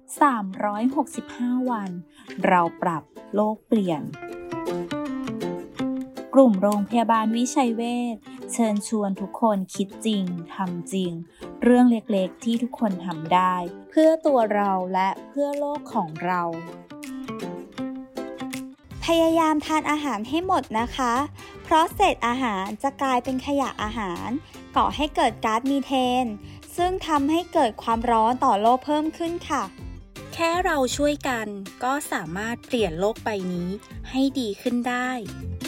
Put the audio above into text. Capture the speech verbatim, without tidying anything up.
สามร้อยหกสิบห้าวันเราปรับโลกเปลี่ยนกลุ่มโรงพยาบาลวิชัยเวชเชิญชวนทุกคนคิดจริงทำจริงเรื่องเล็กๆที่ทุกคนทำได้เพื่อตัวเราและเพื่อโลกของเราพยายามทานอาหารให้หมดนะคะเพราะเศษอาหารจะกลายเป็นขยะอาหารก่อให้เกิดก๊าซมีเทนซึ่งทำให้เกิดความร้อนต่อโลกเพิ่มขึ้นค่ะแค่เราช่วยกันก็สามารถเปลี่ยนโลกใบนี้ให้ดีขึ้นได้